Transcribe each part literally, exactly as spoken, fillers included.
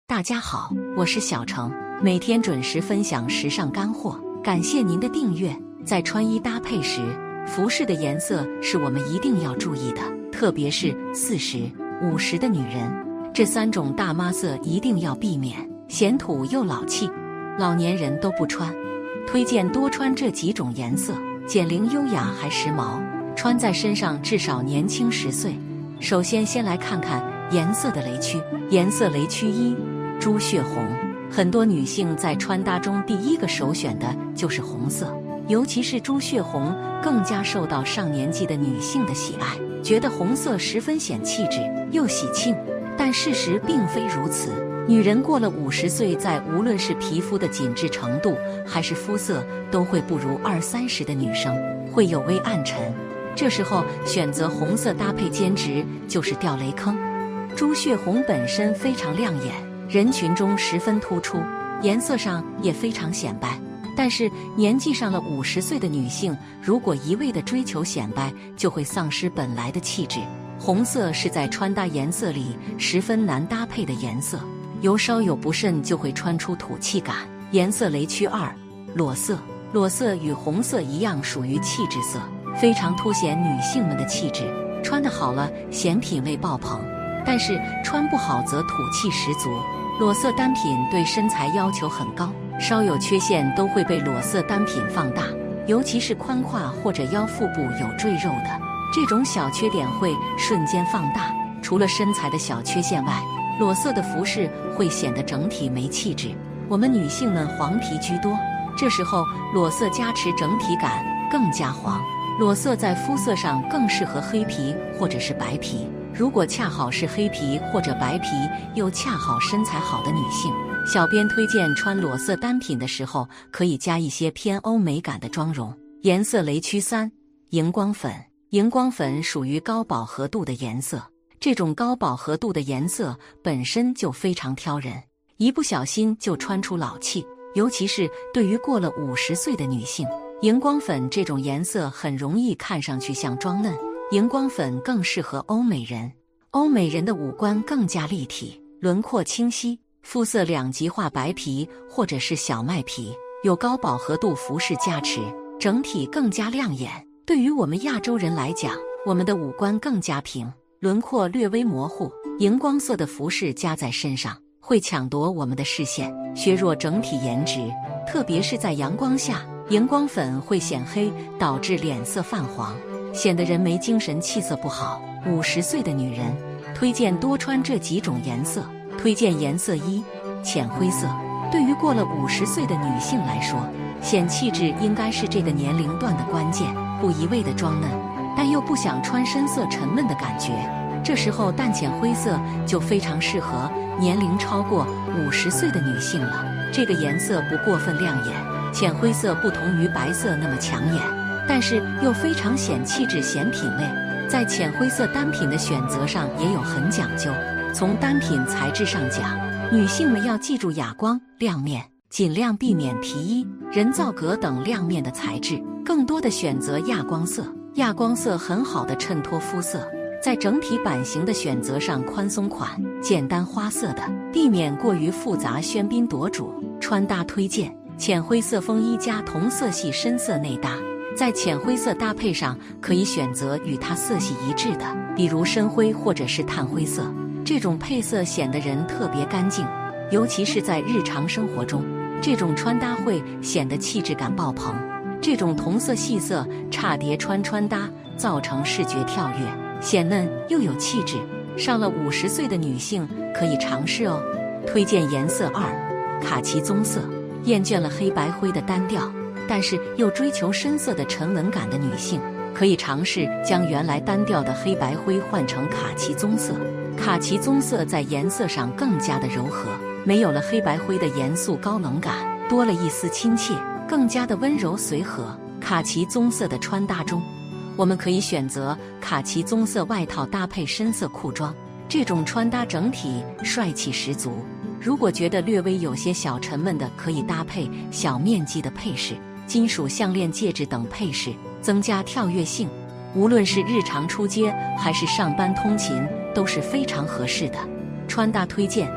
大家好，我是小程，每天准时分享时尚干货，感谢您的订阅。在穿衣搭配时，服饰的颜色是我们一定要注意的，特别是四十、五十的女人，这三种大妈色一定要避免，显土又老气，老年人都不穿。推荐多穿这几种颜色，减龄优雅还时髦，穿在身上至少年轻十岁。首先，先来看看颜色的雷区。颜色雷区一：猪血红。很多女性在穿搭中第一个首选的就是红色，尤其是猪血红，更加受到上年纪的女性的喜爱，觉得红色十分显气质又喜庆。但事实并非如此，女人过了五十岁，在无论是皮肤的紧致程度，还是肤色，都会不如二三十的女生，会有微暗沉。这时候选择红色搭配兼职就是掉雷坑。猪血红本身非常亮眼，人群中十分突出，颜色上也非常显白。但是年纪上了五十岁的女性，如果一味地追求显白，就会丧失本来的气质。红色是在穿搭颜色里十分难搭配的颜色，有稍有不慎就会穿出土气感。颜色雷区二：裸色。裸色与红色一样，属于气质色，非常凸显女性们的气质。穿得好了，显品味爆棚。但是穿不好则土气十足。裸色单品对身材要求很高，稍有缺陷都会被裸色单品放大，尤其是宽胯或者腰腹部有赘肉的，这种小缺点会瞬间放大。除了身材的小缺陷外，裸色的服饰会显得整体没气质。我们女性们黄皮居多，这时候裸色加持整体感更加黄。裸色在肤色上更适合黑皮或者是白皮。如果恰好是黑皮或者白皮，又恰好身材好的女性，小编推荐穿裸色单品的时候，可以加一些偏欧美感的妆容。颜色雷区三：荧光粉。荧光粉属于高饱和度的颜色，这种高饱和度的颜色本身就非常挑人，一不小心就穿出老气，尤其是对于过了五十岁的女性，荧光粉这种颜色很容易看上去像妆嫩。荧光粉更适合欧美人，欧美人的五官更加立体，轮廓清晰，肤色两极化，白皮或者是小麦皮，有高饱和度服饰加持，整体更加亮眼。对于我们亚洲人来讲，我们的五官更加平，轮廓略微模糊，荧光色的服饰加在身上，会抢夺我们的视线，削弱整体颜值。特别是在阳光下，荧光粉会显黑，导致脸色泛黄，显得人没精神，气色不好。五十岁的女人推荐多穿这几种颜色。推荐颜色一：浅灰色。对于过了五十岁的女性来说，显气质应该是这个年龄段的关键，不一味的装嫩，但又不想穿深色沉闷的感觉。这时候淡浅灰色就非常适合年龄超过五十岁的女性了。这个颜色不过分亮眼，浅灰色不同于白色那么抢眼，但是又非常显气质显品味。在浅灰色单品的选择上也有很讲究。从单品材质上讲，女性们要记住哑光、亮面，尽量避免皮衣、人造革等亮面的材质，更多的选择亚光色。亚光色很好的衬托肤色。在整体版型的选择上，宽松款、简单花色的，避免过于复杂喧宾夺主。穿搭推荐：浅灰色风衣加同色系深色内搭。在浅灰色搭配上，可以选择与它色系一致的，比如深灰或者是炭灰色，这种配色显得人特别干净，尤其是在日常生活中，这种穿搭会显得气质感爆棚。这种同色系色差叠穿穿搭，造成视觉跳跃，显嫩又有气质。上了五十岁的女性可以尝试哦。推荐颜色二：卡其棕色。厌倦了黑白灰的单调，但是又追求深色的沉稳感的女性，可以尝试将原来单调的黑白灰换成卡其棕色。卡其棕色在颜色上更加的柔和，没有了黑白灰的严肃高冷感，多了一丝亲切，更加的温柔随和。卡其棕色的穿搭中，我们可以选择卡其棕色外套搭配深色裤装，这种穿搭整体帅气十足。如果觉得略微有些小沉闷的，可以搭配小面积的配饰、金属项链、戒指等配饰，增加跳跃性。无论是日常出街还是上班通勤，都是非常合适的。穿搭推荐：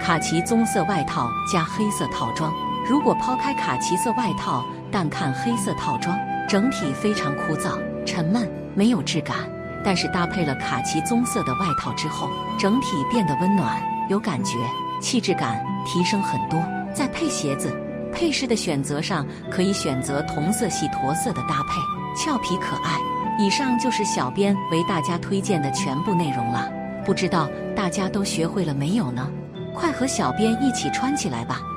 卡其棕色外套加黑色套装。如果抛开卡其色外套，单看黑色套装，整体非常枯燥、沉闷，没有质感。但是搭配了卡其棕色的外套之后，整体变得温暖、有感觉，气质感提升很多。再配鞋子，配饰的选择上可以选择同色系驼色的搭配，俏皮可爱。以上就是小编为大家推荐的全部内容了，不知道大家都学会了没有呢？快和小编一起穿起来吧！